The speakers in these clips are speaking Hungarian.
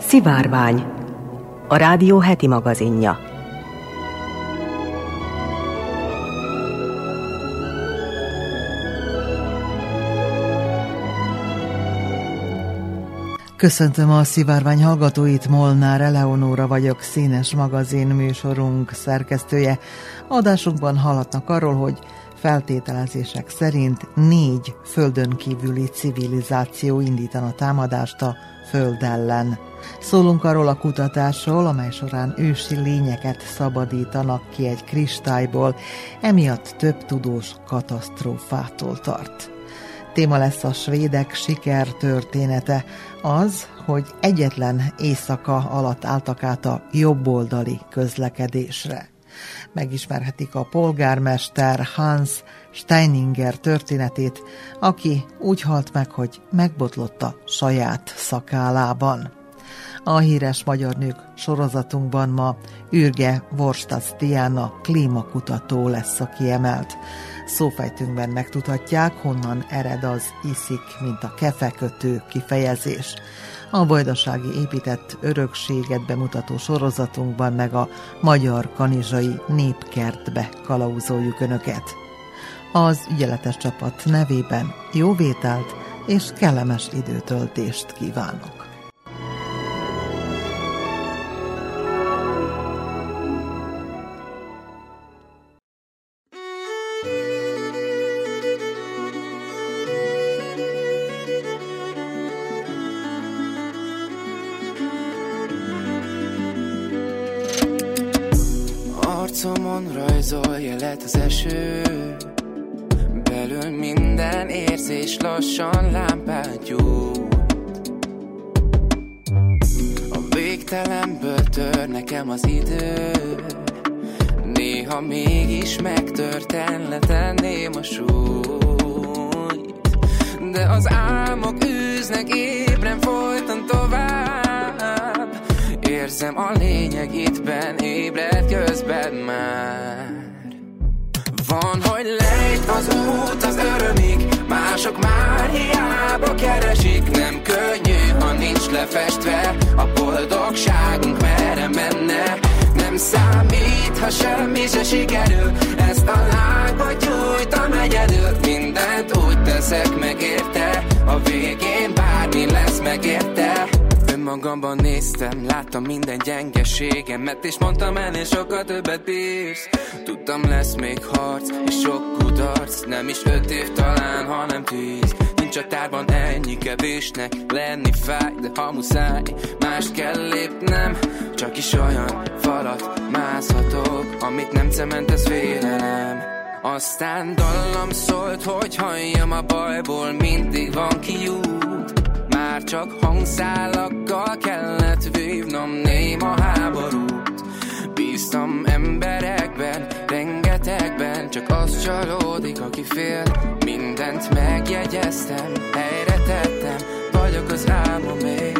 Szivárvány, a rádió heti magazinja. Köszöntöm a Szivárvány hallgatóit, Molnár Eleonóra vagyok, színes magazin műsorunk szerkesztője. Adásunkban hallhatnak arról, hogy feltételezések szerint 4 földön kívüli civilizáció indítana támadást a Föld ellen. Szólunk arról a kutatásról, amely során ősi lényeket szabadítanak ki egy kristályból, emiatt több tudós katasztrófától tart. Téma lesz a svédek sikertörténete, az, hogy egyetlen éjszaka alatt álltak át a jobboldali közlekedésre. Megismerhetik a polgármester Hans Steininger történetét, aki úgy halt meg, hogy megbotlott a saját szakálában. A híres magyar nők sorozatunkban ma Ürge Vorstasz Diana klímakutató lesz a kiemelt. Szófejtünkben megtudhatják, honnan ered az iszik, mint a kefekötő kifejezés. A vajdasági épített örökséget bemutató sorozatunkban meg a magyar kanizsai népkertbe kalauzoljuk Önöket. Az ügyeletes csapat nevében jó vételt és kellemes időtöltést kívánok! Arcomon rajzol jelet az eső, belül minden érzés lassan lámpát gyújt. A végtelenből tör nekem az idő, néha mégis megtörten letenném a súlyt. De az álmok űznek ébren folyton tovább, érzem a lényeg ittben, ébred közben már. Van, hogy lejt az út az örömig, mások már hiába keresik. Nem könnyű, ha nincs lefestve, a boldogságunk merre menne. Nem számít, ha semmi se sikerül, ezt a lángba gyújtam egyedül. Mindent úgy teszek meg érte, a végén bármi lesz megérte. Önmagamban néztem, láttam minden gyengeségemet, és mondtam, ennél sokkal többet bírsz. Tudtam, lesz még harc, és sok kudarc, nem is 5 év talán, hanem 10. Nincs a tárban ennyi kevésnek, lenni fáj, de ha muszáj, mást kell lépnem. Csak is olyan falat mászhatok, amit nem cementez félelem. Aztán dallam szólt, hogy halljam a bajból, mindig van kiút. Már csak hangszálakkal kellett vívnom néma háborút. Bíztam emberekben, rengetegben, csak az csalódik, aki fél. Mindent megjegyeztem, helyre tettem, vagyok az álmomé.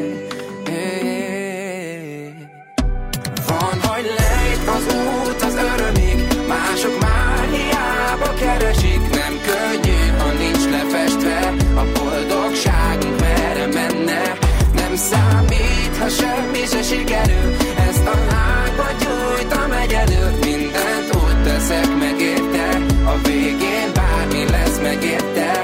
Van, hogy lejt az út az örömig, mások már hiába keresik. Nem könnyű, ha nincs lefestve, a boldogságunk merre menne. Nem számít, ha semmi se sikerül, ezt a lángba gyújtam egyedül. Mindent úgy teszek meg érte, a végén bármi lesz megérte.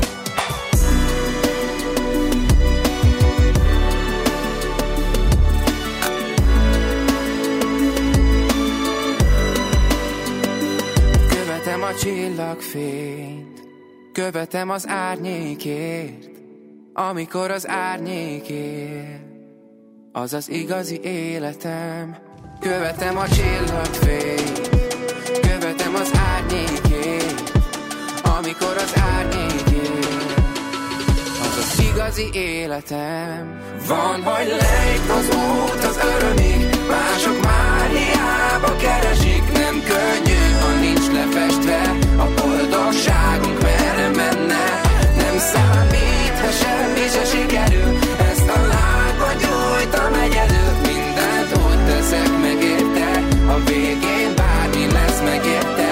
Követem a csillagfényt, követem az árnyékért. Amikor az árnyék él, az az igazi életem. Követem a csillagfényt, követem az árnyékét. Amikor az árnyék él, az az igazi életem. Van, hogy lejt az út az örömig, mások már hiába keresik. Nem könnyű, ha nincs lefestve, a boldogságunk merre menne. Nem számít, ha semmi se sikerül, ezt a lángba gyújtam egyedül. Mindent úgy teszek meg érte, a végén bármi lesz megérte.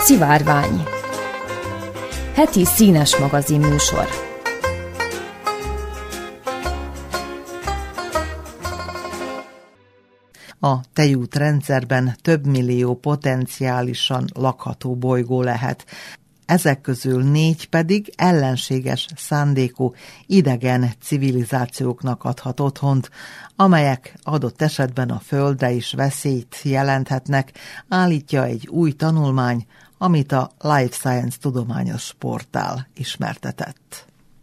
Szivárvány. Heti színes magazinműsor. A tejútrendszerben több millió potenciálisan lakható bolygó lehet. Ezek közül 4 pedig ellenséges szándékú idegen civilizációknak adhat otthont, amelyek adott esetben a Földre is veszélyt jelenthetnek, állítja egy új tanulmány, amit a Life Science tudományos portál ismertetett.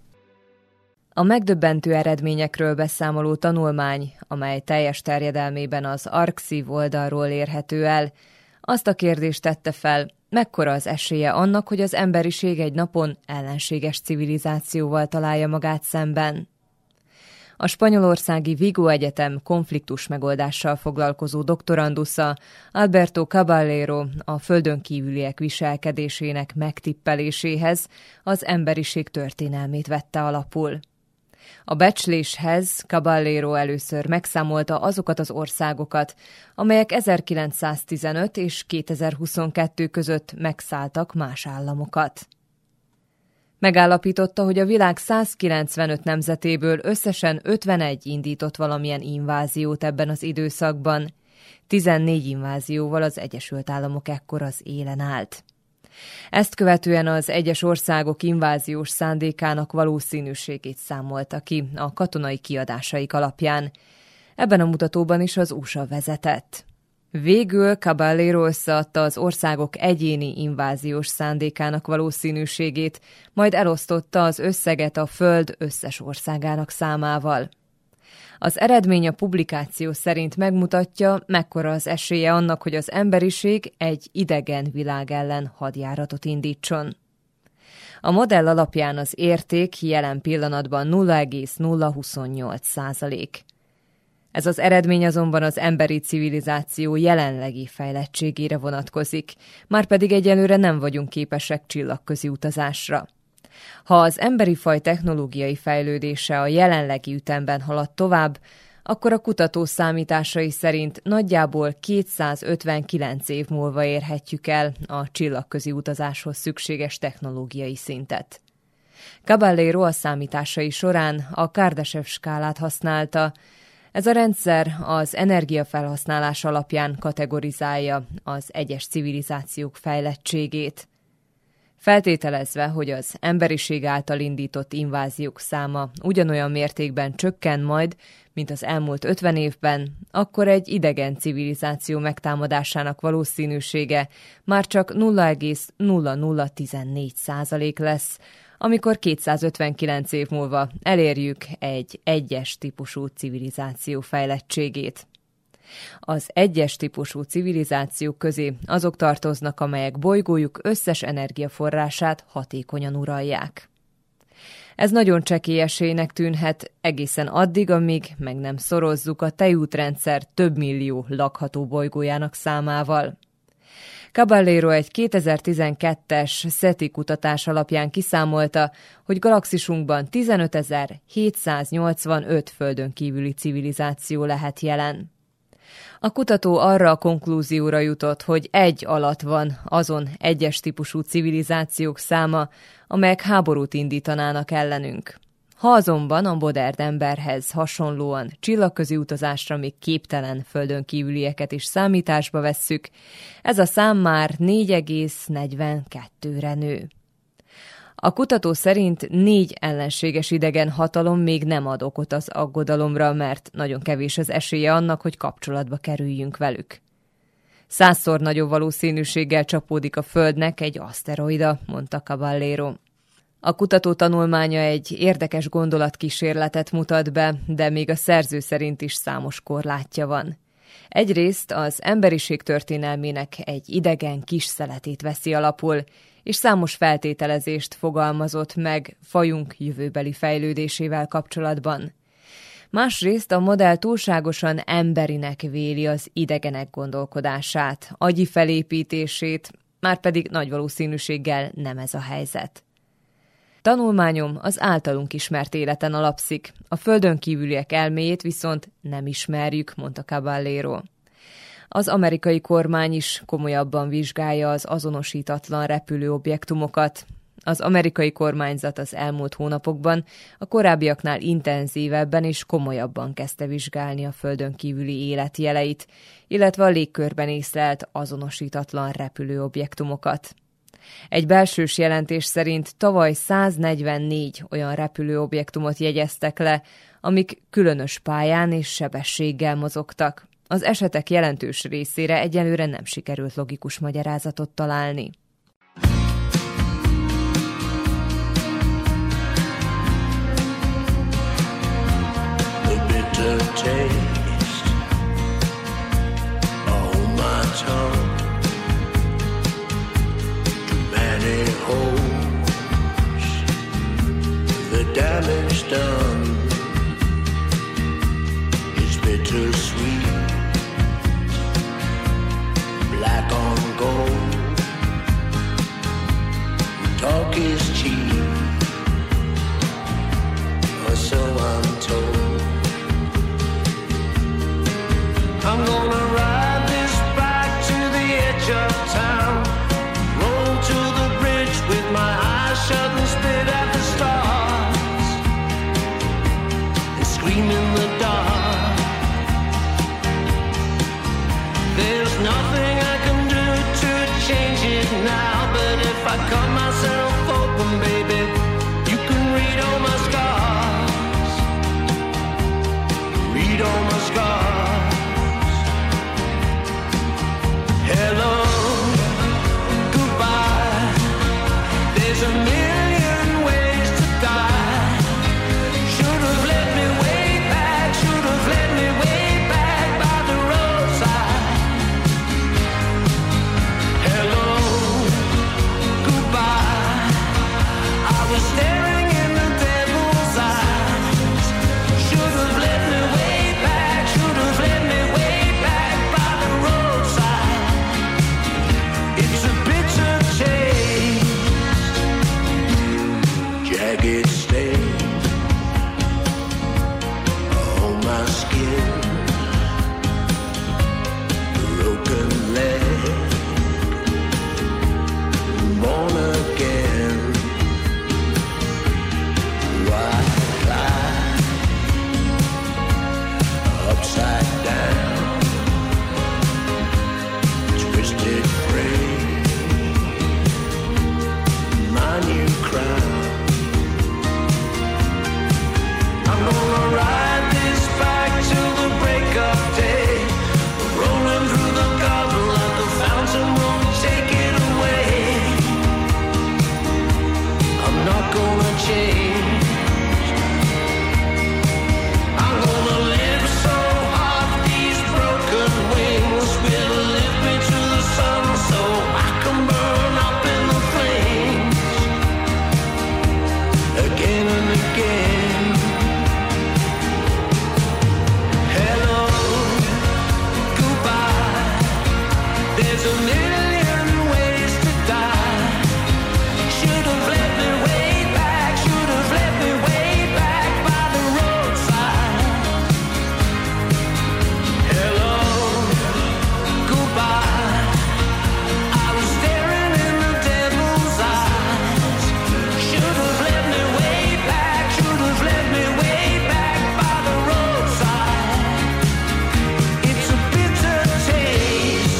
A megdöbbentő eredményekről beszámoló tanulmány, amely teljes terjedelmében az Arxiv oldalról érhető el, azt a kérdést tette fel, mekkora az esélye annak, hogy az emberiség egy napon ellenséges civilizációval találja magát szemben. A spanyolországi Vigo Egyetem konfliktus megoldással foglalkozó doktorandusza Alberto Caballero a földön kívüliek viselkedésének megtippeléséhez az emberiség történelmét vette alapul. A becsléshez Caballero először megszámolta azokat az országokat, amelyek 1915 és 2022 között megszálltak más államokat. Megállapította, hogy a világ 195 nemzetéből összesen 51 indított valamilyen inváziót ebben az időszakban, 14 invázióval az Egyesült Államok ekkor az élen állt. Ezt követően az egyes országok inváziós szándékának valószínűségét számolta ki a katonai kiadásaik alapján. Ebben a mutatóban is az USA vezetett. Végül Caballero összeadta az országok egyéni inváziós szándékának valószínűségét, majd elosztotta az összeget a Föld összes országának számával. Az eredmény a publikáció szerint megmutatja, mekkora az esélye annak, hogy az emberiség egy idegen világ ellen hadjáratot indítson. A modell alapján az érték jelen pillanatban 0,028%. Ez az eredmény azonban az emberi civilizáció jelenlegi fejlettségére vonatkozik, márpedig egyelőre nem vagyunk képesek csillagközi utazásra. Ha az emberi faj technológiai fejlődése a jelenlegi ütemben halad tovább, akkor a kutató számításai szerint nagyjából 259 év múlva érhetjük el a csillagközi utazáshoz szükséges technológiai szintet. Caballero a számításai során a Kardashev skálát használta. Ez a rendszer az energiafelhasználás alapján kategorizálja az egyes civilizációk fejlettségét. Feltételezve, hogy az emberiség által indított inváziók száma ugyanolyan mértékben csökken majd, mint az elmúlt 50 évben, akkor egy idegen civilizáció megtámadásának valószínűsége már csak 0,0014% lesz, amikor 259 év múlva elérjük egy egyes típusú civilizáció fejlettségét. Az egyes típusú civilizációk közé azok tartoznak, amelyek bolygójuk összes energiaforrását hatékonyan uralják. Ez nagyon csekély esélynek tűnhet egészen addig, amíg meg nem szorozzuk a tejútrendszer több millió lakható bolygójának számával. Caballero egy 2012-es SETI kutatás alapján kiszámolta, hogy galaxisunkban 15.785 földön kívüli civilizáció lehet jelen. A kutató arra a konklúzióra jutott, hogy 1 alatt van azon egyes típusú civilizációk száma, amelyek háborút indítanának ellenünk. Ha azonban a modern emberhez hasonlóan csillagközi utazásra még képtelen földön kívülieket is számításba vesszük, ez a szám már 4,42-re nő. A kutató szerint 4 ellenséges idegen hatalom még nem ad okot az aggodalomra, mert nagyon kevés az esélye annak, hogy kapcsolatba kerüljünk velük. 100-szor nagyobb valószínűséggel csapódik a Földnek egy aszteroida, mondta Caballero. A kutató tanulmánya egy érdekes gondolatkísérletet mutat be, de még a szerző szerint is számos korlátja van. Egyrészt az emberiség történelmének egy idegen kis szeletét veszi alapul, és számos feltételezést fogalmazott meg fajunk jövőbeli fejlődésével kapcsolatban. Másrészt a modell túlságosan emberinek véli az idegenek gondolkodását, agyi felépítését, márpedig nagy valószínűséggel nem ez a helyzet. Tanulmányom az általunk ismert életen alapszik, a földön kívüliek elméjét viszont nem ismerjük, mondta Caballero. Az amerikai kormány is komolyabban vizsgálja az azonosítatlan repülőobjektumokat. Az amerikai kormányzat az elmúlt hónapokban a korábbiaknál intenzívebben és komolyabban kezdte vizsgálni a földön kívüli élet jeleit, illetve a légkörben észlelt azonosítatlan repülőobjektumokat. Egy belsős jelentés szerint tavaly 144 olyan repülőobjektumot jegyeztek le, amik különös pályán és sebességgel mozogtak. Az esetek jelentős részére egyelőre nem sikerült logikus magyarázatot találni. Damage done is bittersweet, black on gold. Talk is cheap, or so I'm told. I'm gonna ride this bike to the edge of town, roll to the bridge with my eyes shut and spit at the stars, and scream in the dark. There's nothing I can do to change it now, but if I cut myself open, baby, you can read all my scars, read all my scars. Hello, goodbye, there's a million ways to die. Should have let me way back, should have let me way back by the roadside. Hello, goodbye, I was staring in the devil's eyes. Should have let me way back, should have let me way back by the roadside. It's a bitter taste, jagged stain on my skin, broken leg, born again. Why lie upside down, twisted frame, my new crown. I'm gonna ride this bike till the break of day, rolling through the garden like the fountain won't take it away. I'm not gonna change, I'm gonna live so hard these broken wings will lift me to the sun so I can burn up in the flames again and again. Hello, goodbye, there's a million ways to die. Should have let me way back, should have let me way back by the roadside. Hello, goodbye, I was staring in the devil's eyes. Should have let me way back, should have let me way back by the roadside. It's a bitter taste,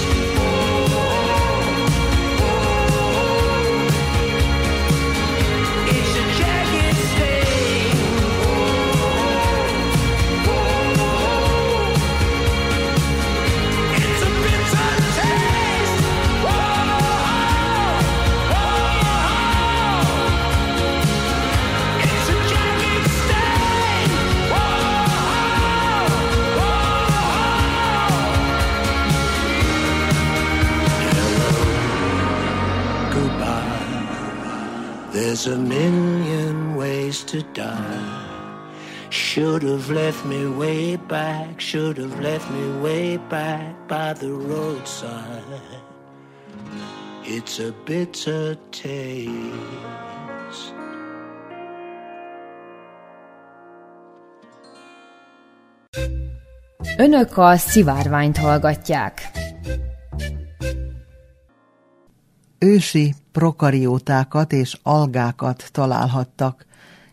it's a jagged stain, it's a bitter taste. It's a jagged stain. Goodbye, there's a million ways to die. Should have left me way back, should have left me way back by the roadside. It's a bitter taste. Önök a Szivárványt hallgatják. Ősi prokariótákat és algákat találhattak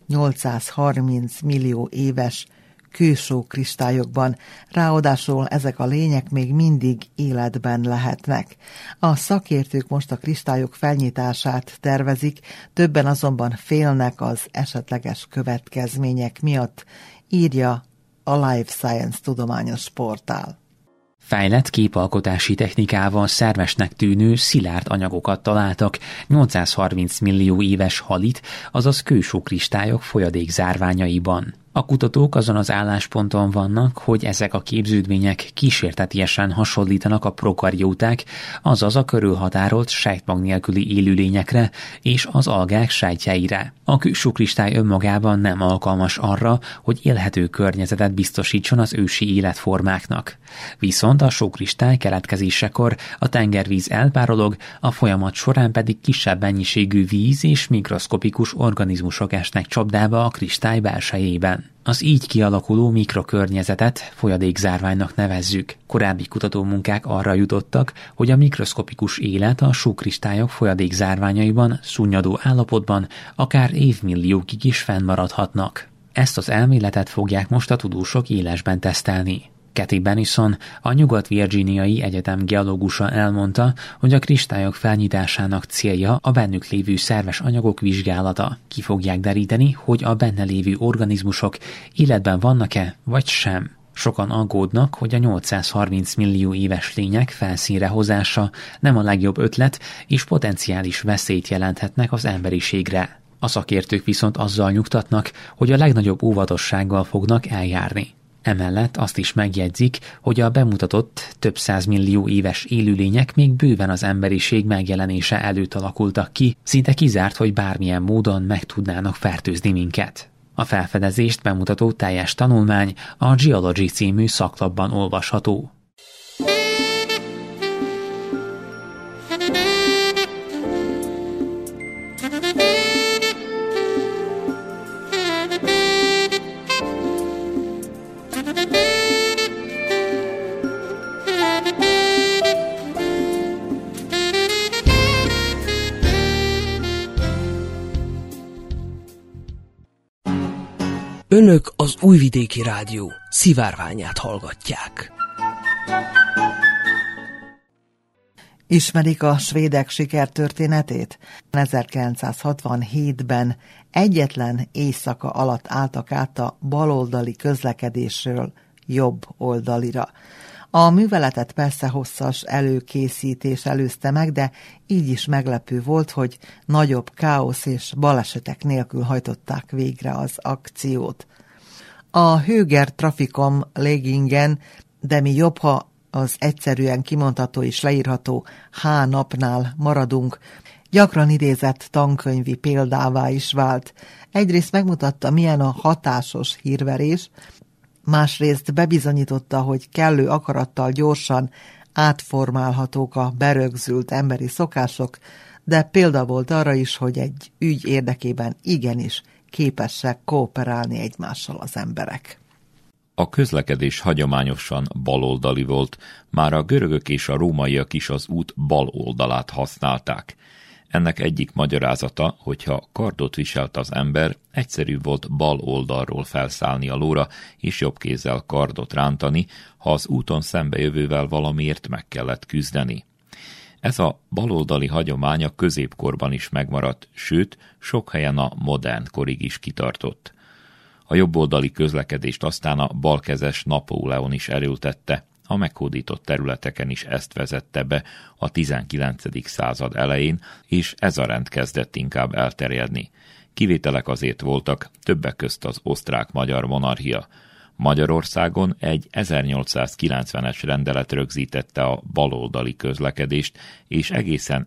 830 millió éves kősókristályokban, ráadásul ezek a lények még mindig életben lehetnek. A szakértők most a kristályok felnyitását tervezik, többen azonban félnek az esetleges következmények miatt, írja a Life Science tudományos portál. Fejlett képalkotási technikával szervesnek tűnő szilárd anyagokat találtak 830 millió éves halit, azaz kősókristályok folyadékzárványaiban. A kutatók azon az állásponton vannak, hogy ezek a képződmények kísértetiesen hasonlítanak a prokarióták, azaz a körülhatárolt sejtmag nélküli élőlényekre és az algák sejtjeire. A kősókristály önmagában nem alkalmas arra, hogy élhető környezetet biztosítson az ősi életformáknak. Viszont a sókristály keletkezésekor a tengervíz elpárolog, a folyamat során pedig kisebb mennyiségű víz és mikroszkopikus organizmusok esnek csapdába a kristály belsejében. Az így kialakuló mikrokörnyezetet folyadékzárványnak nevezzük. Korábbi kutatómunkák arra jutottak, hogy a mikroszkopikus élet a sókristályok folyadékzárványaiban, szunnyadó állapotban akár évmilliókig is fennmaradhatnak. Ezt az elméletet fogják most a tudósok élesben tesztelni. Cathy Benison, a Nyugat-Virginiai Egyetem geológusa elmondta, hogy a kristályok felnyitásának célja a bennük lévő szerves anyagok vizsgálata. Ki fogják deríteni, hogy a benne lévő organizmusok életben vannak-e, vagy sem. Sokan aggódnak, hogy a 830 millió éves lények felszínre hozása nem a legjobb ötlet, és potenciális veszélyt jelenthetnek az emberiségre. A szakértők viszont azzal nyugtatnak, hogy a legnagyobb óvatossággal fognak eljárni. Emellett azt is megjegyzik, hogy a bemutatott több százmillió éves élőlények még bőven az emberiség megjelenése előtt alakultak ki, szinte kizárt, hogy bármilyen módon meg tudnának fertőzni minket. A felfedezést bemutató teljes tanulmány a Geology című szaklapban olvasható. Önök az Újvidéki Rádió Szivárványát hallgatják. Ismerik a svédek sikertörténetét? 1967-ben egyetlen éjszaka alatt álltak át a baloldali közlekedésről jobb oldalira. A műveletet persze hosszas előkészítés előzte meg, de így is meglepő volt, hogy nagyobb káosz és balesetek nélkül hajtották végre az akciót. A Höger Trafikom Legingen, de mi jobb, ha az egyszerűen kimondható és leírható H napnál maradunk, gyakran idézett tankönyvi példává is vált. Egyrészt megmutatta, milyen a hatásos hírverés, másrészt bebizonyította, hogy kellő akarattal gyorsan átformálhatók a berögzült emberi szokások, de példa volt arra is, hogy egy ügy érdekében igenis képesek kooperálni egymással az emberek. A közlekedés hagyományosan baloldali volt, már a görögök és a rómaiak is az út bal oldalát használták. Ennek egyik magyarázata, hogyha kardot viselt az ember, egyszerű volt bal oldalról felszállni a lóra, és jobb kézzel kardot rántani, ha az úton szembejövővel valamiért meg kellett küzdeni. Ez a baloldali hagyomány a középkorban is megmaradt, sőt, sok helyen a modern korig is kitartott. A jobboldali közlekedést aztán a balkezes Napóleon is erőltette, a meghódított területeken is ezt vezette be a 19. század elején, és ez a rend kezdett inkább elterjedni. Kivételek azért voltak, többek közt az osztrák-magyar monarchia. Magyarországon egy 1890-es rendelet rögzítette a baloldali közlekedést, és egészen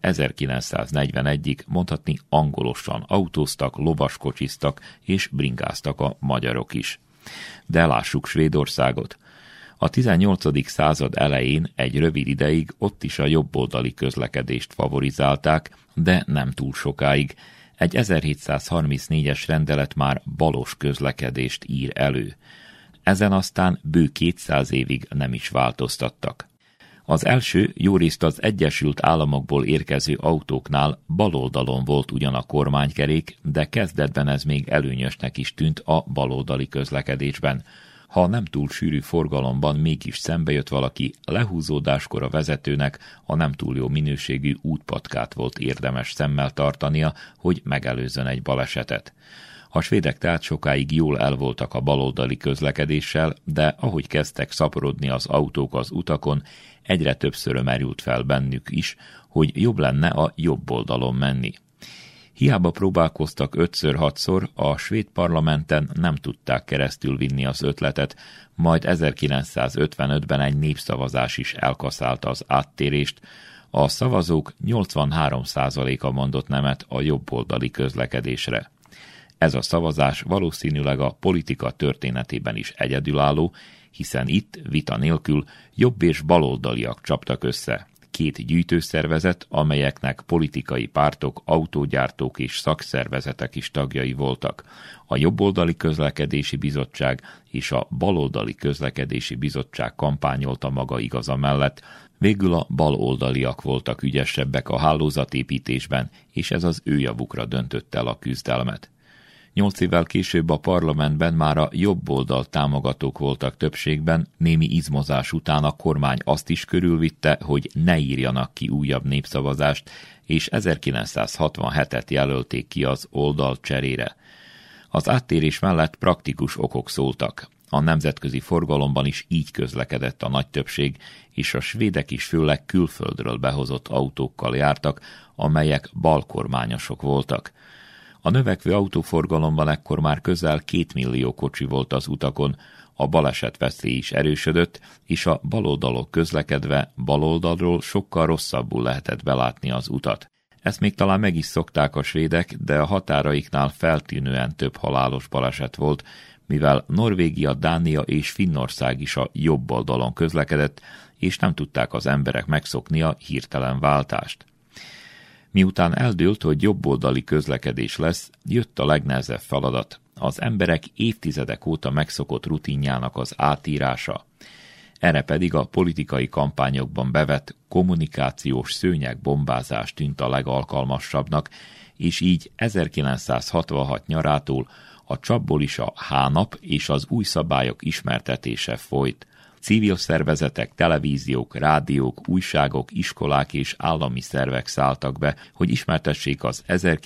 1941-ig mondhatni angolosan autóztak, lovaskocsiztak és bringáztak a magyarok is. De lássuk Svédországot. A 18. század elején egy rövid ideig ott is a jobboldali közlekedést favorizálták, de nem túl sokáig. Egy 1734-es rendelet már balos közlekedést ír elő. Ezen aztán bő 200 évig nem is változtattak. Az első jórészt az Egyesült Államokból érkező autóknál baloldalon volt ugyan a kormánykerék, de kezdetben ez még előnyösnek is tűnt a baloldali közlekedésben. Ha nem túl sűrű forgalomban mégis szembe jött valaki, lehúzódáskor a vezetőnek a nem túl jó minőségű útpatkát volt érdemes szemmel tartania, hogy megelőzzön egy balesetet. A svédek tehát sokáig jól el voltak a baloldali közlekedéssel, de ahogy kezdtek szaporodni az autók az utakon, egyre többször merült fel bennük is, hogy jobb lenne a jobb oldalon menni. Hiába próbálkoztak 5-6-szor, a svéd parlamenten nem tudták keresztül vinni az ötletet, majd 1955-ben egy népszavazás is elkaszálta az áttérést. A szavazók 83%-a mondott nemet a jobboldali közlekedésre. Ez a szavazás valószínűleg a politika történetében is egyedülálló, hiszen itt, vita nélkül, jobb és baloldaliak csaptak össze. Két gyűjtőszervezet, amelyeknek politikai pártok, autógyártók és szakszervezetek is tagjai voltak. A jobboldali közlekedési bizottság és a baloldali közlekedési bizottság kampányolta maga igaza mellett, végül a baloldaliak voltak ügyesebbek a hálózatépítésben, és ez az ő javukra döntött el a küzdelmet. 8 évvel később a parlamentben már a jobb oldal támogatók voltak többségben, némi izmozás után a kormány azt is körülvitte, hogy ne írjanak ki újabb népszavazást, és 1967-et jelölték ki az oldal cserére. Az áttérés mellett praktikus okok szóltak. A nemzetközi forgalomban is így közlekedett a nagy többség, és a svédek is főleg külföldről behozott autókkal jártak, amelyek balkormányosok voltak. A növekvő autóforgalomban ekkor már közel 2 millió kocsi volt az utakon, a balesetveszély is erősödött, és a baloldalok közlekedve baloldalról sokkal rosszabbul lehetett belátni az utat. Ezt még talán meg is szokták a svédek, de a határaiknál feltűnően több halálos baleset volt, mivel Norvégia, Dánia és Finnország is a jobb oldalon közlekedett, és nem tudták az emberek megszokni a hirtelen váltást. Miután eldőlt, hogy jobboldali közlekedés lesz, jött a legnehezebb feladat, az emberek évtizedek óta megszokott rutinjának az átírása. Erre pedig a politikai kampányokban bevett kommunikációs szőnyegbombázás tűnt a legalkalmasabbnak, és így 1966 nyarától a csapból is a H-nap és az új szabályok ismertetése folyt. Civil szervezetek, televíziók, rádiók, újságok, iskolák és állami szervek szálltak be, hogy ismertessék az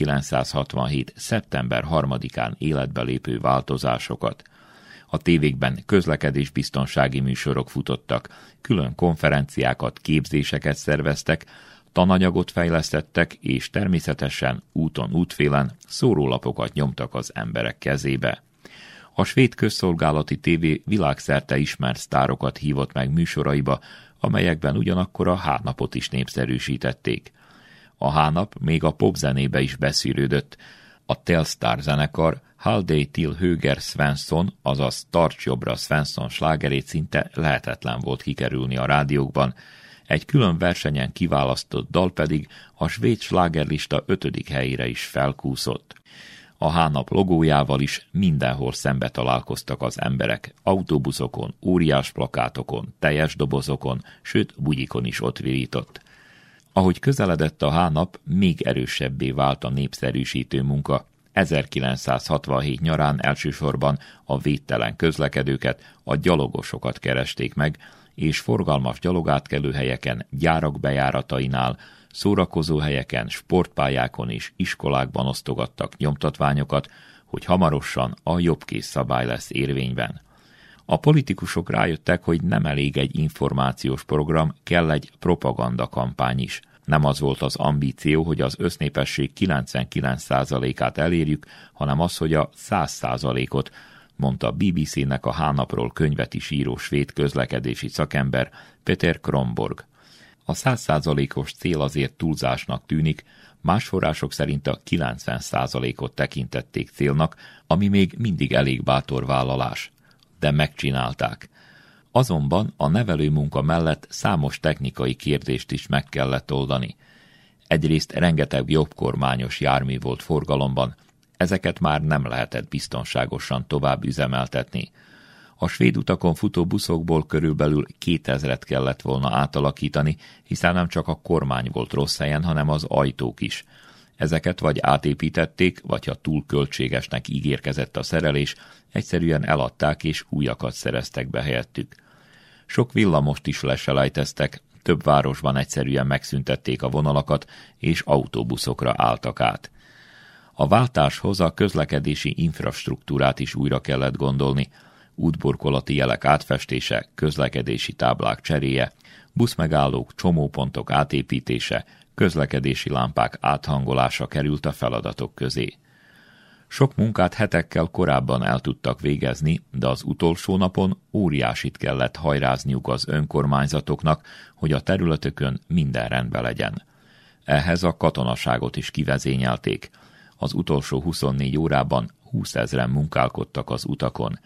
1967. szeptember 3-án életbe lépő változásokat. A tévékben közlekedésbiztonsági műsorok futottak, külön konferenciákat, képzéseket szerveztek, tananyagot fejlesztettek, és természetesen úton útfélen szórólapokat nyomtak az emberek kezébe. A svéd közszolgálati tévé világszerte ismert sztárokat hívott meg műsoraiba, amelyekben ugyanakkor a H-napot is népszerűsítették. A H-nap még a popzenébe is beszűrődött. A Telstar zenekar Halday till Höger Svensson, azaz Tarts jobbra Svensson slágerét szinte lehetetlen volt kikerülni a rádiókban. Egy külön versenyen kiválasztott dal pedig a svéd slágerlista 5. helyére is felkúszott. A H-nap logójával is mindenhol szembe találkoztak az emberek, autóbuszokon, óriás plakátokon, teljes dobozokon, sőt bugyikon is ott virított. Ahogy közeledett a H-nap, még erősebbé vált a népszerűsítő munka. 1967 nyarán elsősorban a védtelen közlekedőket, a gyalogosokat keresték meg, és forgalmas gyalogátkelőhelyeken, gyárak bejáratainál, szórakozóhelyeken, sportpályákon és iskolákban osztogattak nyomtatványokat, hogy hamarosan a jobbkész szabály lesz érvényben. A politikusok rájöttek, hogy nem elég egy információs program, kell egy propagandakampány is. Nem az volt az ambíció, hogy az össznépesség 99%-át elérjük, hanem az, hogy a 100%-ot, mondta a BBC-nek a H-napról könyvet is író svéd közlekedési szakember Peter Kronborg. A 100%-os cél azért túlzásnak tűnik, más források szerint a 90%-ot tekintették célnak, ami még mindig elég bátor vállalás. De megcsinálták. Azonban a nevelőmunka mellett számos technikai kérdést is meg kellett oldani. Egyrészt rengeteg jobbkormányos jármű volt forgalomban, ezeket már nem lehetett biztonságosan tovább üzemeltetni. A svéd utakon futó buszokból körülbelül 2000-et kellett volna átalakítani, hiszen nem csak a kormány volt rossz helyen, hanem az ajtók is. Ezeket vagy átépítették, vagy ha túl költségesnek ígérkezett a szerelés, egyszerűen eladták és újakat szereztek be helyettük. Sok villamost is leselejteztek, több városban egyszerűen megszüntették a vonalakat, és autóbuszokra álltak át. A váltáshoz a közlekedési infrastruktúrát is újra kellett gondolni, útburkolati jelek átfestése, közlekedési táblák cseréje, buszmegállók, csomópontok átépítése, közlekedési lámpák áthangolása került a feladatok közé. Sok munkát hetekkel korábban el tudtak végezni, de az utolsó napon óriásit kellett hajrázniuk az önkormányzatoknak, hogy a területükön minden rendben legyen. Ehhez a katonaságot is kivezényelték. Az utolsó 24 órában 20 000 munkálkodtak az utakon.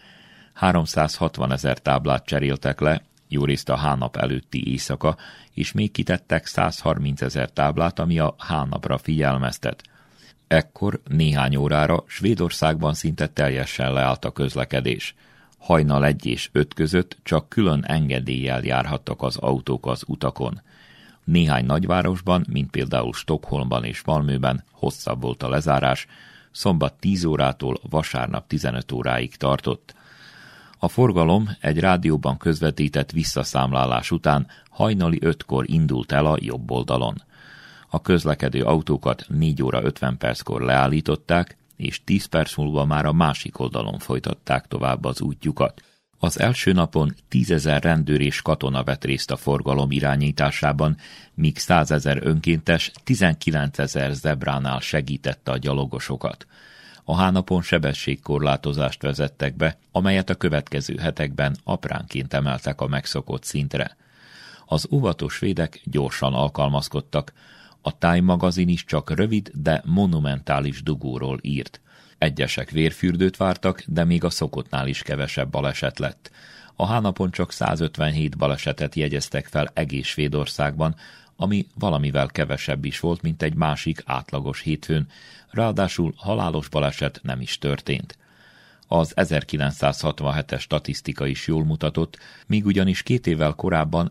360 000 táblát cseréltek le, jórészt a H-nap előtti éjszaka, és még kitettek 130 000 táblát, ami a H-napra figyelmeztet. Ekkor néhány órára Svédországban szinte teljesen leállt a közlekedés. Hajnal 1 és 5 között csak külön engedéllyel járhattak az autók az utakon. Néhány nagyvárosban, mint például Stockholmban és Malmöben hosszabb volt a lezárás, szombat 10 órától vasárnap 15 óráig tartott. A forgalom egy rádióban közvetített visszaszámlálás után hajnali 5-kor indult el a jobb oldalon. A közlekedő autókat 4 óra 50 perckor leállították, és 10 perc múlva már a másik oldalon folytatták tovább az útjukat. Az első napon 10 000 rendőr és katona vett részt a forgalom irányításában, míg 100 000 önkéntes 19 000 zebránál segítette a gyalogosokat. A H-napon sebességkorlátozást vezettek be, amelyet a következő hetekben apránként emeltek a megszokott szintre. Az óvatos svédek gyorsan alkalmazkodtak, a Time magazin is csak rövid, de monumentális dugóról írt. Egyesek vérfürdőt vártak, de még a szokottnál is kevesebb baleset lett. A H-napon csak 157 balesetet jegyeztek fel egész Svédországban, ami valamivel kevesebb is volt, mint egy másik átlagos hétfőn, ráadásul halálos baleset nem is történt. Az 1967-es statisztika is jól mutatott, míg ugyanis 2 évvel korábban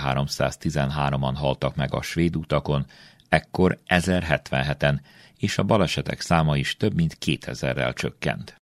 1313-an haltak meg a svéd utakon, ekkor 1077-en, és a balesetek száma is több mint 2000-rel csökkent.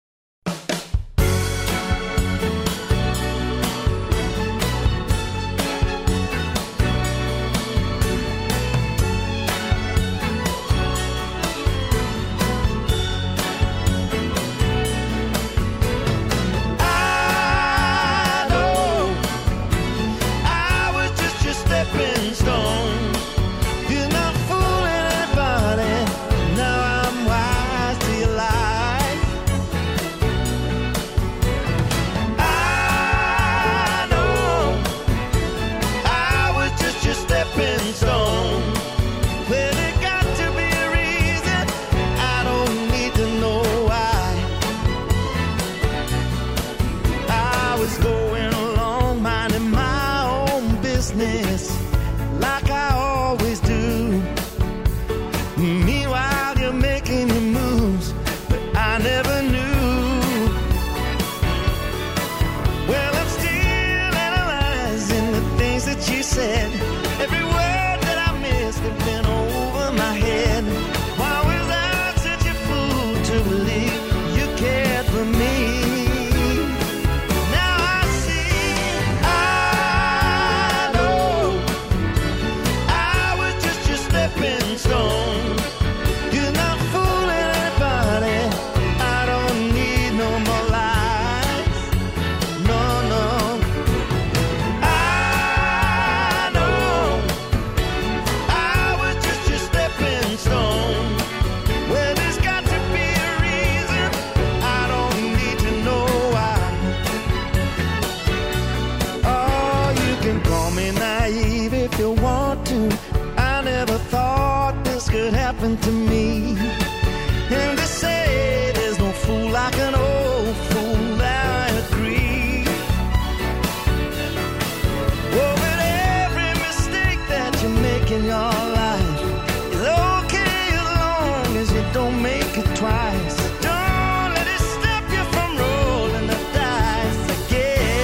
Twice. Don't let it stop you from rolling the dice again.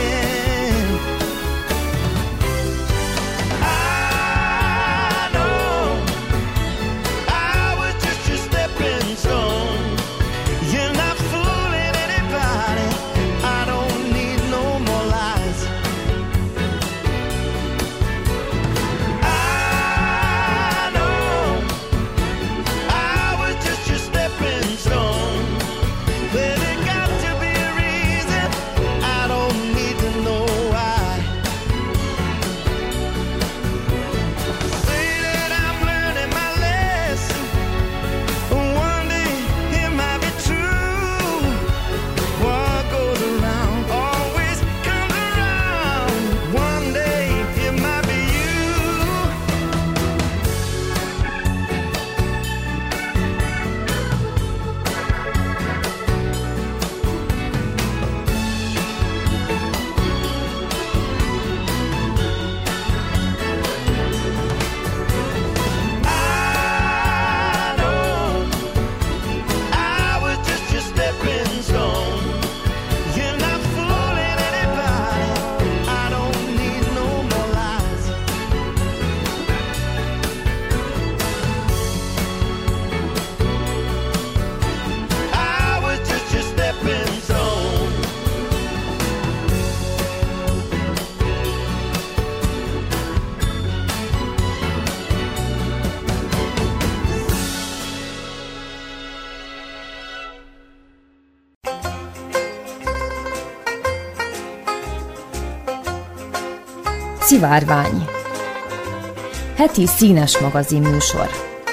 Szivárvány. Heti színes magazin műsor.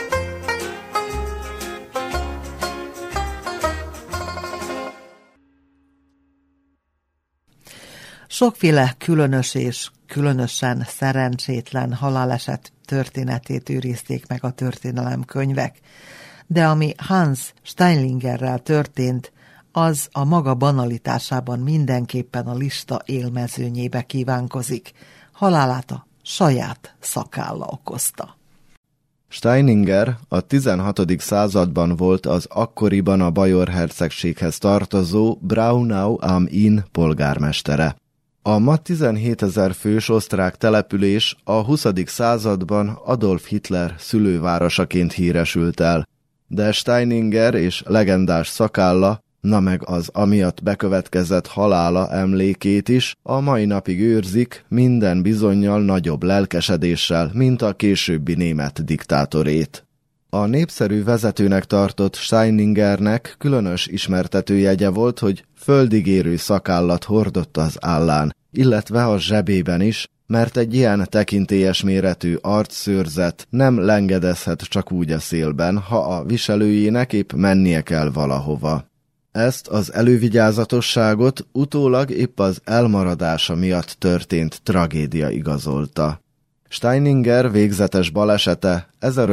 Sokféle különös és különösen szerencsétlen haláleset történetét őrizték meg a történelemkönyvek, de ami Hans Steinlingerrel történt, az a maga banalitásában mindenképpen a lista élmezőnyébe kívánkozik. Halálát a saját szakálla okozta. Steininger a 16. században volt az akkoriban a Bajor hercegséghez tartozó Braunau am Inn polgármestere. A ma 17 000 fős osztrák település a 20. században Adolf Hitler szülővárosaként híresült el, de Steininger és legendás szakálla, na meg az amiatt bekövetkezett halála emlékét is a mai napig őrzik, minden bizonnyal nagyobb lelkesedéssel, mint a későbbi német diktátorét. A népszerű vezetőnek tartott Steiningernek különös ismertetőjegye volt, hogy földigérő szakállat hordott az állán, illetve a zsebében is, mert egy ilyen tekintélyes méretű arcszőrzet nem lengedezhet csak úgy a szélben, ha a viselőjének épp mennie kell valahova. Ezt az elővigyázatosságot utólag épp az elmaradása miatt történt tragédia igazolta. Steininger végzetes balesete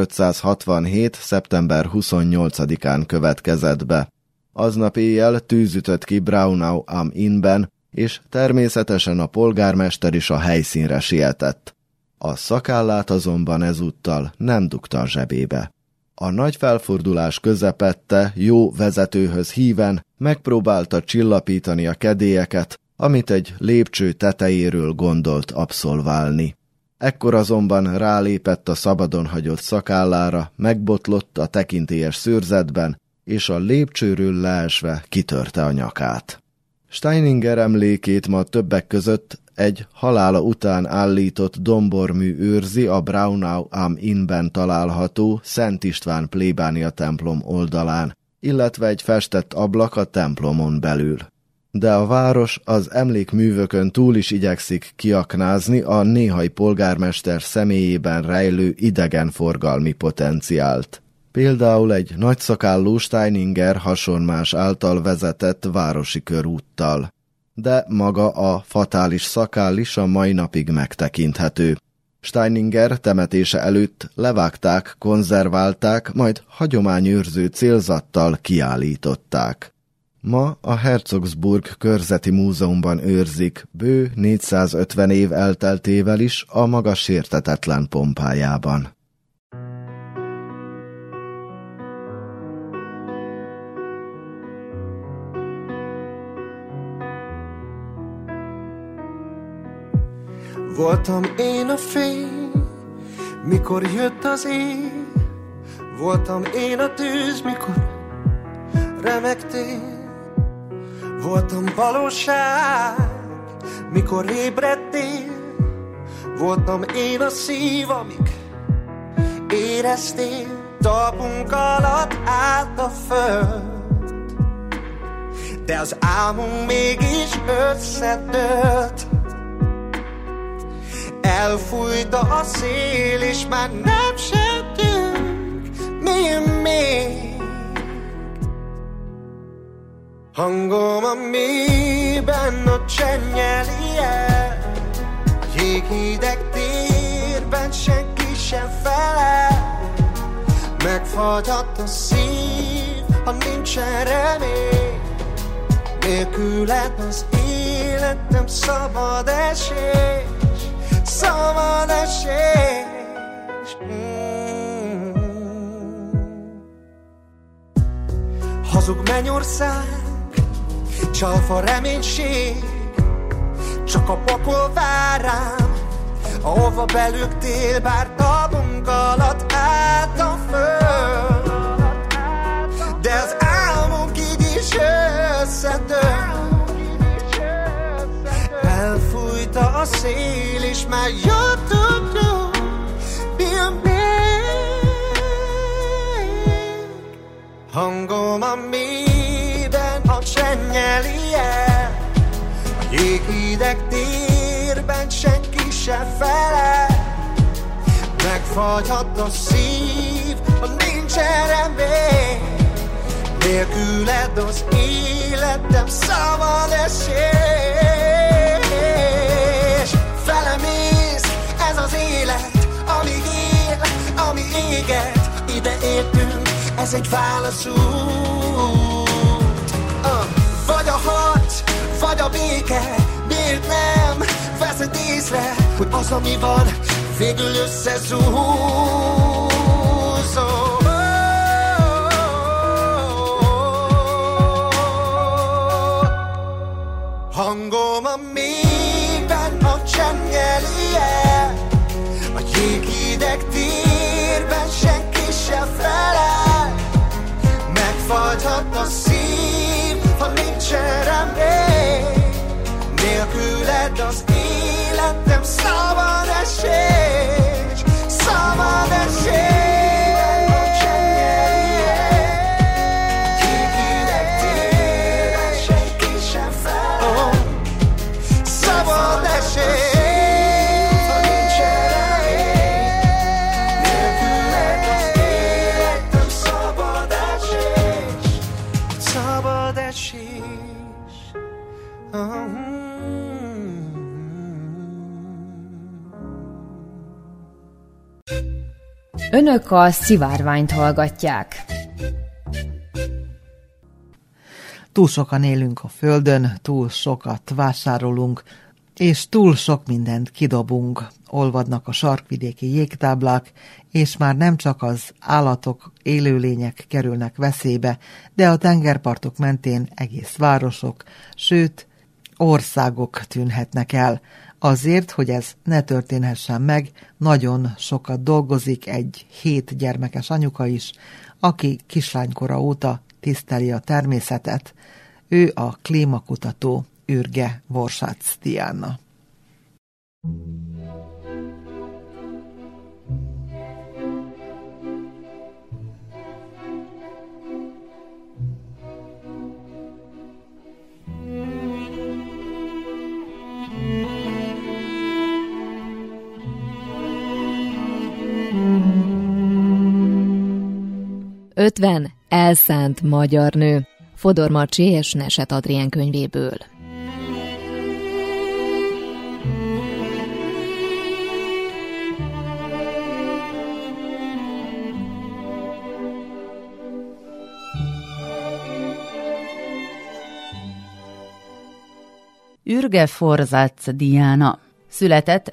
1567. szeptember 28-án következett be. Aznap éjjel tűz ütött ki Braunau am Innben, és természetesen a polgármester is a helyszínre sietett. A szakállát azonban ezúttal nem dugta a zsebébe. A nagy felfordulás közepette jó vezetőhöz híven megpróbálta csillapítani a kedélyeket, amit egy lépcső tetejéről gondolt abszolválni. Ekkor azonban rálépett a szabadon hagyott szakállára, megbotlott a tekintélyes szőrzetben, és a lépcsőről leesve kitörte a nyakát. Steininger emlékét ma többek között egy halála után állított dombormű őrzi a Braunau am Innben található Szent István plébánia templom oldalán, illetve egy festett ablak a templomon belül. De a város az emlékművökön túl is igyekszik kiaknázni a néhai polgármester személyében rejlő idegenforgalmi potenciált. Például egy nagyszakállú Steininger hasonmás által vezetett városi körúttal. De maga a fatális szakáll is a mai napig megtekinthető. Steininger temetése előtt levágták, konzerválták, majd hagyományőrző célzattal kiállították. Ma a Herzogsburg körzeti múzeumban őrzik, bő 450 év elteltével is a maga sértetetlen pompájában. Voltam én a fény, mikor jött az éj, voltam én a tűz, mikor remegtél. Voltam valóság, mikor ébredtél, voltam én a szív, amíg éreztél. Talpunk alatt állt a föld, de az álmunk mégis összedőlt. Elfújta a szél, és már nem settünk még. Hangom a mélyben a csennyeli el, jéghideg térben senki sem felel. Megfagyhat a szív, ha nincsen remény, nélküled az élet nem szabad esés. Szabad esés. Hazug mennyország, csalfa reménység, csak a pokol vár rám, ahova belőgtél, bár talpunk alatt állt a föld. De az álmunk így is összedőlt. Elfújta a szél, és már jöttünk, milyen még. Hangom a mélyben a csennyeli el, a jéghideg térben senki sem Megfagyhat a szív, ha nincsen remény. Nélküled az életem szabad esés. Felemész, ez az élet, amíg él, ami éget. Ide értünk, ez egy válaszút. Vagy a harc, vagy a béke. Miért nem veszed észre, hogy az, ami van, végül összezúzol. Hangom a mélyben, a csengeli el. A jéghideg térben senki sem felel. Megfagyhat a szív, ha nincsen remény. Nélküled az életem szabad esés. Szabad esés. Önök a Szivárványt hallgatják. Túl sokan élünk a földön, túl sokat vásárolunk, és túl sok mindent kidobunk. Olvadnak a sarkvidéki jégtáblák, és már nem csak az állatok, élőlények kerülnek veszélybe, de a tengerpartok mentén egész városok, sőt, országok tűnhetnek el. Azért, hogy ez ne történhessen meg, nagyon sokat dolgozik egy 7 gyermekes anyuka is, aki kislánykora óta tiszteli a természetet. Ő a klímakutató Ürge Vorsácz Diana. Ötven elszánt magyar nő. Fodor Marcsi és Neset Adrien könyvéből. Ürge Vorsácz Diana született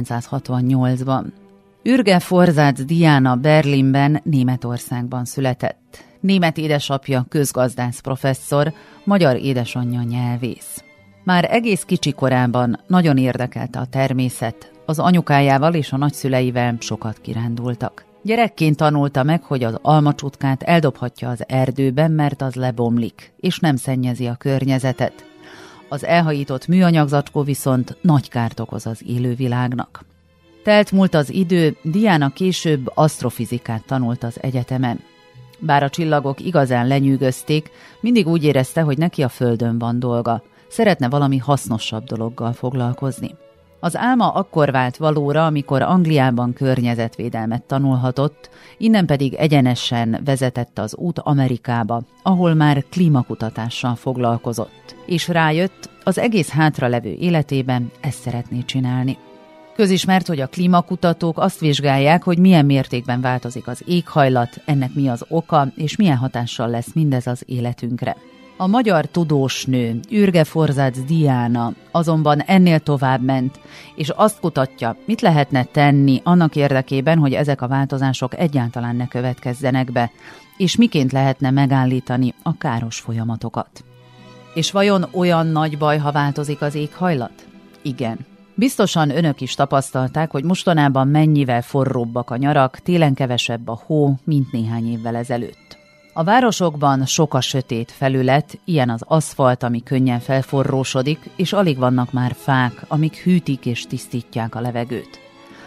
1968-ban. Ürge Vorsácz Diana Berlinben, Németországban született. Német édesapja közgazdász professzor, magyar édesanyja nyelvész. Már egész kicsi korában nagyon érdekelte a természet, az anyukájával és a nagyszüleivel sokat kirándultak. Gyerekként tanulta meg, hogy az almacsutkát eldobhatja az erdőben, mert az lebomlik, és nem szennyezi a környezetet. Az elhajított műanyagzacskó viszont nagy kárt okoz az élővilágnak. Telt múlt az idő, Diana később asztrofizikát tanult az egyetemen. Bár a csillagok igazán lenyűgözték, mindig úgy érezte, hogy neki a Földön van dolga. Szeretne valami hasznosabb dologgal foglalkozni. Az álma akkor vált valóra, amikor Angliában környezetvédelmet tanulhatott, innen pedig egyenesen vezetett az út Amerikába, ahol már klímakutatással foglalkozott. És rájött, az egész hátralevő életében ezt szeretné csinálni. Közismert, hogy a klímakutatók azt vizsgálják, hogy milyen mértékben változik az éghajlat, ennek mi az oka, és milyen hatással lesz mindez az életünkre. A magyar tudósnő, Ürge Vorsácz Diana azonban ennél tovább ment, és azt kutatja, mit lehetne tenni annak érdekében, hogy ezek a változások egyáltalán ne következzenek be, és miként lehetne megállítani a káros folyamatokat. És vajon olyan nagy baj, ha változik az éghajlat? Igen. Biztosan önök is tapasztalták, hogy mostanában mennyivel forróbbak a nyarak, télen kevesebb a hó, mint néhány évvel ezelőtt. A városokban sok a sötét felület, ilyen az aszfalt, ami könnyen felforrósodik, és alig vannak már fák, amik hűtik és tisztítják a levegőt.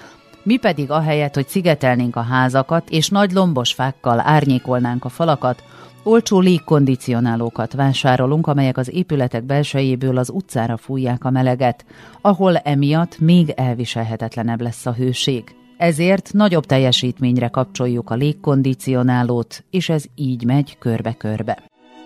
Mi pedig ahelyett, hogy szigetelnénk a házakat, és nagy lombos fákkal árnyékolnánk a falakat, olcsó légkondicionálókat vásárolunk, amelyek az épületek belsejéből az utcára fújják a meleget, ahol emiatt még elviselhetetlenebb lesz a hőség. Ezért nagyobb teljesítményre kapcsoljuk a légkondicionálót, és ez így megy körbe-körbe.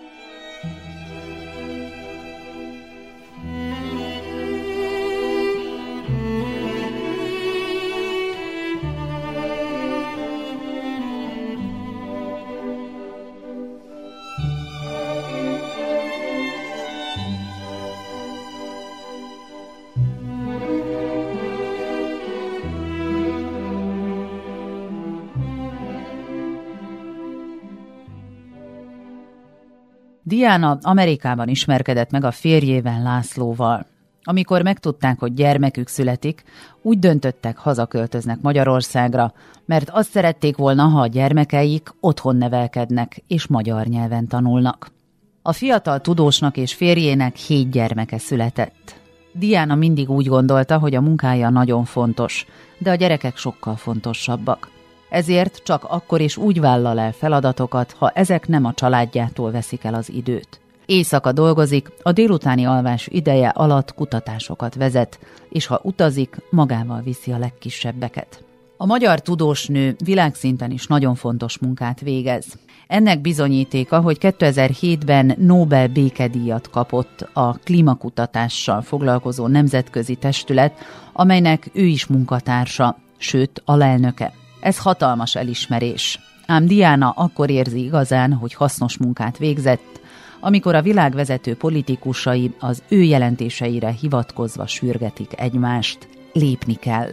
Diana Amerikában ismerkedett meg a férjével, Lászlóval. Amikor megtudták, hogy gyermekük születik, úgy döntöttek, hazaköltöznek Magyarországra, mert azt szerették volna, ha a gyermekeik otthon nevelkednek és magyar nyelven tanulnak. A fiatal tudósnak és férjének 7 gyermeke született. Diana mindig úgy gondolta, hogy a munkája nagyon fontos, de a gyerekek sokkal fontosabbak. Ezért csak akkor is úgy vállal el feladatokat, ha ezek nem a családjától veszik el az időt. Éjszaka dolgozik, a délutáni alvás ideje alatt kutatásokat vezet, és ha utazik, magával viszi a legkisebbeket. A magyar tudósnő világszinten is nagyon fontos munkát végez. Ennek bizonyítéka, hogy 2007-ben Nobel békedíjat kapott a klímakutatással foglalkozó nemzetközi testület, amelynek ő is munkatársa, sőt alelnöke. Ez hatalmas elismerés. Ám Diana akkor érzi igazán, hogy hasznos munkát végzett, amikor a világ vezető politikusai az ő jelentéseire hivatkozva sürgetik egymást. Lépni kell.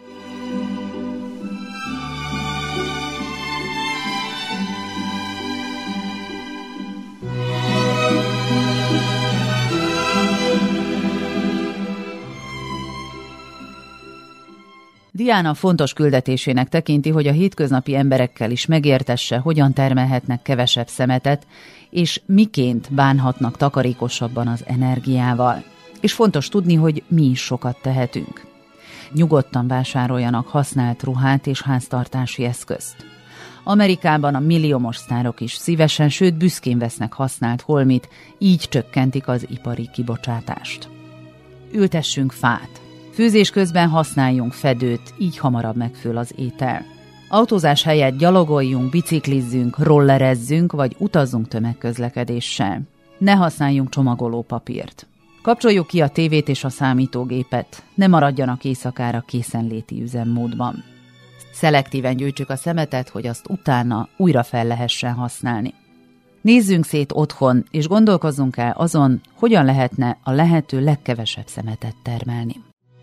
Diana fontos küldetésének tekinti, hogy a hétköznapi emberekkel is megértesse, hogyan termelhetnek kevesebb szemetet, és miként bánhatnak takarékosabban az energiával. És fontos tudni, hogy mi is sokat tehetünk. Nyugodtan vásároljanak használt ruhát és háztartási eszközt. Amerikában a milliómos sztárok is szívesen, sőt büszkén vesznek használt holmit, így csökkentik az ipari kibocsátást. Ültessünk fát. Főzés közben használjunk fedőt, így hamarabb megfől az étel. Autózás helyett gyalogoljunk, biciklizzünk, rollerezzünk, vagy utazzunk tömegközlekedéssel. Ne használjunk csomagolópapírt. Kapcsoljuk ki a tévét és a számítógépet, ne maradjanak éjszakára készenléti üzemmódban. Szelektíven gyűjtsük a szemetet, hogy azt utána újra fel lehessen használni. Nézzünk szét otthon, és gondolkozzunk el azon, hogyan lehetne a lehető legkevesebb szemetet termelni.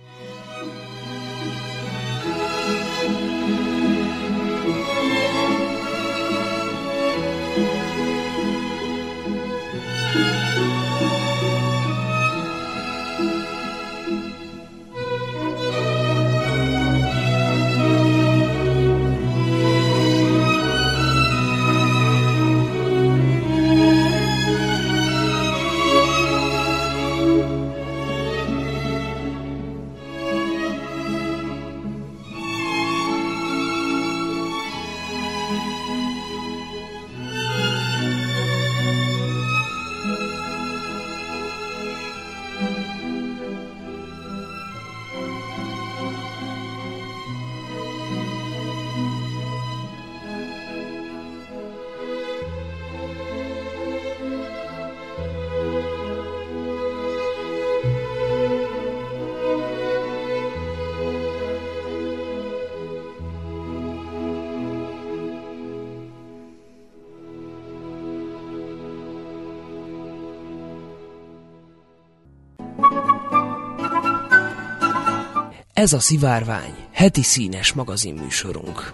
Ez a Szivárvány, heti színes magazinműsorunk.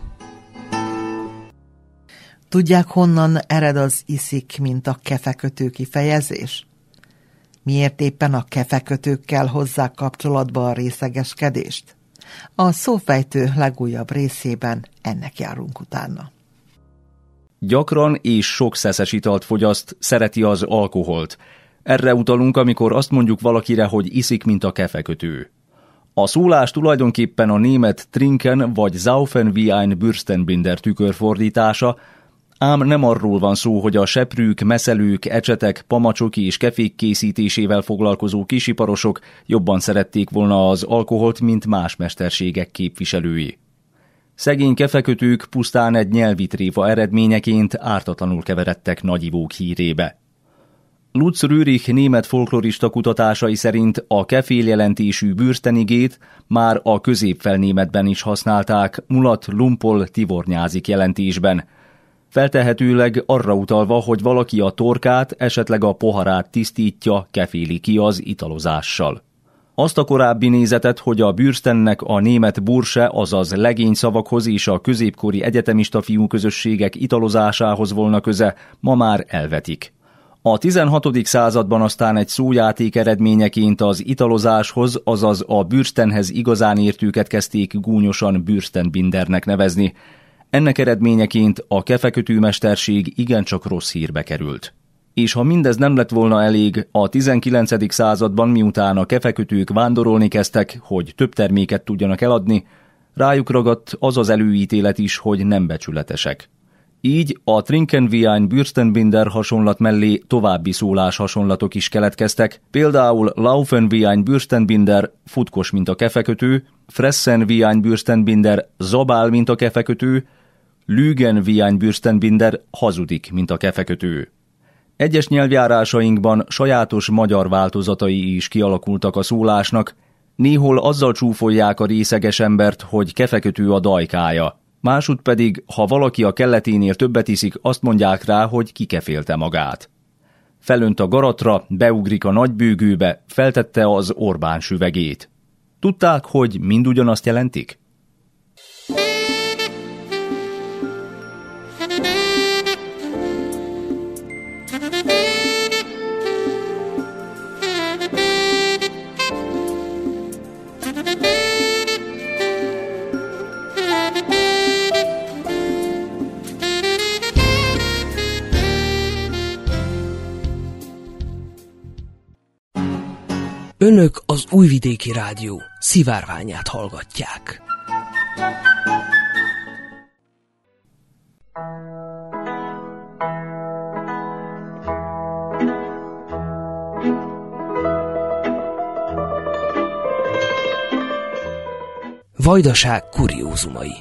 Tudják, honnan ered az iszik, mint a kefekötő kifejezés? Miért éppen a kefekötőkkel hozzák kapcsolatba a részegeskedést? A szófejtő legújabb részében ennek járunk utána. Gyakran és sok szeszes italt fogyaszt, szereti az alkoholt. Erre utalunk, amikor azt mondjuk valakire, hogy iszik, mint a kefekötő. A szólás tulajdonképpen a német trinken vagy saufen wie ein Bürstenbinder tükörfordítása, ám nem arról van szó, hogy a seprűk, messzelők, ecsetek, pamacsok és kefék készítésével foglalkozó kisiparosok jobban szerették volna az alkoholt, mint más mesterségek képviselői. Szegény kefekötők pusztán egy nyelvi tréfa eredményeként ártatlanul keveredtek nagyivók hírébe. Lutz Rührich német folklorista kutatásai szerint a keféljelentésű bürstenigét már a középfelnémetben is használták mulat lumpol tivornyázik jelentésben. Feltehetőleg arra utalva, hogy valaki a torkát, esetleg a poharát tisztítja, keféli ki az italozással. Azt a korábbi nézetet, hogy a bürstennek a német bursche, azaz legény szavakhoz és a középkori egyetemista fiúközösségek italozásához volna köze, ma már elvetik. A 16. században aztán egy szójáték eredményeként az italozáshoz, azaz a bürstenhez igazán értőket kezdték gúnyosan bürstenbindernek nevezni. Ennek eredményeként a kefekötőmesterség igencsak rossz hírbe került. És ha mindez nem lett volna elég, a 19. században, miután a kefekötők vándorolni kezdtek, hogy több terméket tudjanak eladni, rájuk ragadt az az előítélet is, hogy nem becsületesek. Így a Trinken wie ein Bürstenbinder hasonlat mellé további szólás hasonlatok is keletkeztek, például Laufen wie ein Bürstenbinder, futkos, mint a kefekötő, Fressen wie ein Bürstenbinder, zabál, mint a kefekötő, Lügen wie ein Bürstenbinder, hazudik, mint a kefekötő. Egyes nyelvjárásainkban sajátos magyar változatai is kialakultak a szólásnak, néhol azzal csúfolják a részeges embert, hogy kefekötő a dajkája. Másút pedig, ha valaki a kelleténél többet iszik, azt mondják rá, hogy kikefélte magát. Felönt a garatra, beugrik a nagybőgőbe, feltette az Orbán süvegét. Tudták, hogy mind ugyanazt jelentik? Önök az Újvidéki Rádió szivárványát hallgatják. Vajdaság kuriózumai.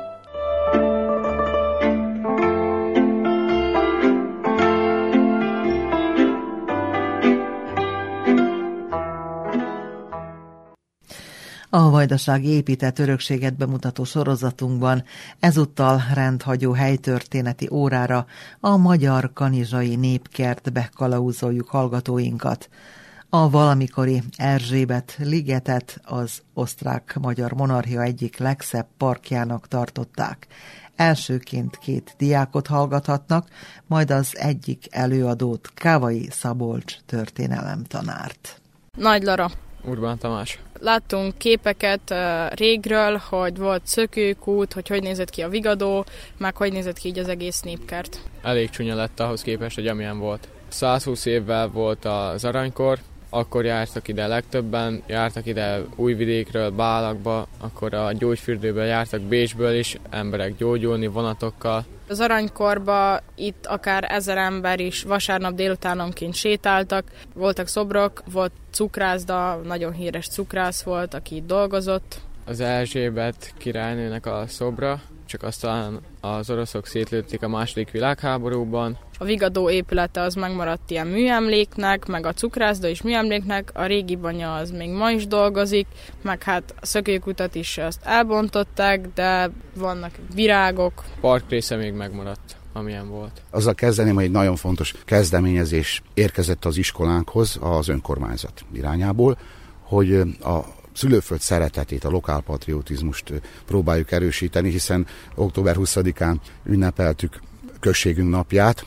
A Vajdasági épített örökséget bemutató sorozatunkban ezúttal rendhagyó helytörténeti órára a magyar kanizsai népkertbe kalauzoljuk hallgatóinkat. A valamikori Erzsébet ligetet az osztrák-magyar monarchia egyik legszebb parkjának tartották. Elsőként 2 diákot hallgathatnak, majd az egyik előadót, Kávai Szabolcs történelemtanárt. Nagy Lara. Urbán Tamás. Láttunk képeket régről, hogy volt szökőkút, hogy nézett ki a Vigadó, meg hogy nézett ki így az egész népkert. Elég csúnya lett ahhoz képest, hogy amilyen volt. 120 évvel volt az aranykor, akkor jártak ide legtöbben, jártak ide Újvidékről, Bálakba, akkor a gyógyfürdőből jártak Bécsből is, emberek gyógyulni vonatokkal. Az aranykorban itt akár 1000 ember is vasárnap délutánonként sétáltak, voltak szobrok, volt cukrászda, nagyon híres cukrász volt, aki itt dolgozott. Az Erzsébet királynőnek a szobra, csak aztán az oroszok szétlőtték a II. Világháborúban. A Vigadó épülete az megmaradt ilyen műemléknek, meg a cukrászda is műemléknek, a régi banya az még ma is dolgozik, meg hát a szökőkutat is azt elbontották, de vannak virágok. Parkrésze még megmaradt, amilyen volt. Azzal kezdeném, hogy egy nagyon fontos kezdeményezés érkezett az iskolánkhoz az önkormányzat irányából, hogy a szülőföld szeretetét, a lokálpatriotizmust próbáljuk erősíteni, hiszen október 20-án ünnepeltük községünk napját.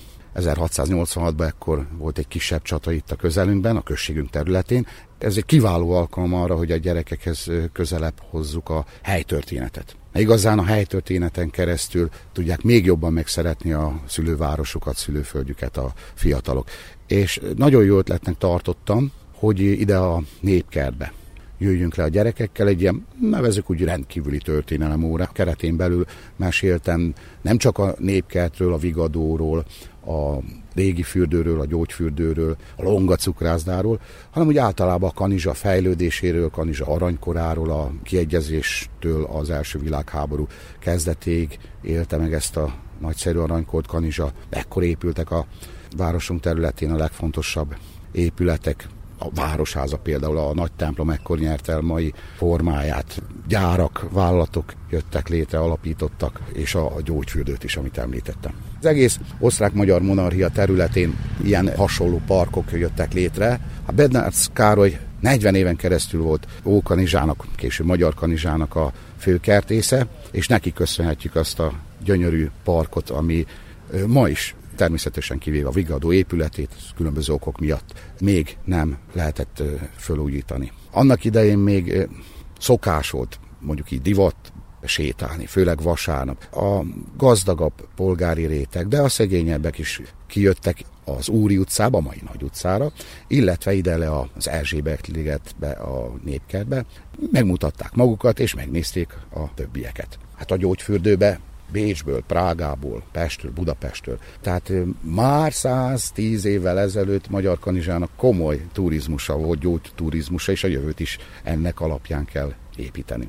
1686-ban ekkor volt egy kisebb csata itt a közelünkben, a községünk területén. Ez egy kiváló alkalom arra, hogy a gyerekekhez közelebb hozzuk a helytörténetet. Igazán a helytörténeten keresztül tudják még jobban megszeretni a szülővárosukat, szülőföldjüket a fiatalok. És nagyon jó ötletnek tartottam, hogy ide a népkertbe jöjjünk le a gyerekekkel, egy ilyen, nevezzük úgy, rendkívüli történelemóra keretén belül meséltem nem csak a népkertről, a Vigadóról, a régi fürdőről, a gyógyfürdőről, a Longa cukrászdáról, hanem úgy általában a Kanizsa fejlődéséről, Kanizsa aranykoráról, a kiegyezéstől az első világháború kezdetéig élte meg ezt a nagyszerű aranykort Kanizsa. Ekkor épültek a városunk területén a legfontosabb épületek, a Városháza például, a nagy templom ekkor nyert el mai formáját. Gyárak, vállalatok jöttek létre, alapítottak, és a gyógyfürdőt is, amit említettem. Az egész osztrák-magyar monarchia területén ilyen hasonló parkok jöttek létre. A Bednárz Károly 40 éven keresztül volt Ókanizsának, később Magyar Kanizsának a főkertésze, és neki köszönhetjük azt a gyönyörű parkot, ami ma is természetesen kivéve a Vigadó épületét, különböző okok miatt még nem lehetett fölújítani. Annak idején még szokás volt, mondjuk így divat, sétálni, főleg vasárnap. A gazdagabb polgári réteg, de a szegényebbek is kijöttek az Úri utcába, a mai Nagy utcára, illetve ide le az Erzsébet-ligetbe, a Népkertbe. Megmutatták magukat, és megnézték a többieket. Hát a gyógyfürdőbe Bécsből, Prágából, Pestről, Budapestről. Tehát már 110 évvel ezelőtt Magyar Kanizsának komoly turizmusa volt, gyógyturizmusa, és a jövőt is ennek alapján kell építenünk.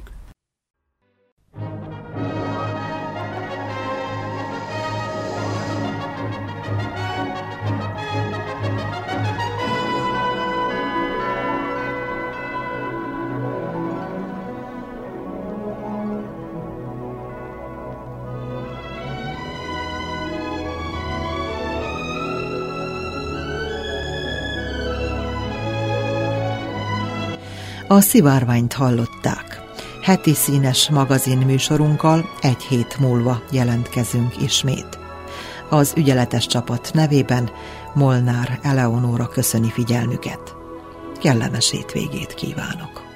A Szivárványt hallották. Heti színes magazin műsorunkkal egy hét múlva jelentkezünk ismét. Az ügyeletes csapat nevében Molnár Eleonóra köszöni figyelmüket. Kellemes hétvégét kívánok!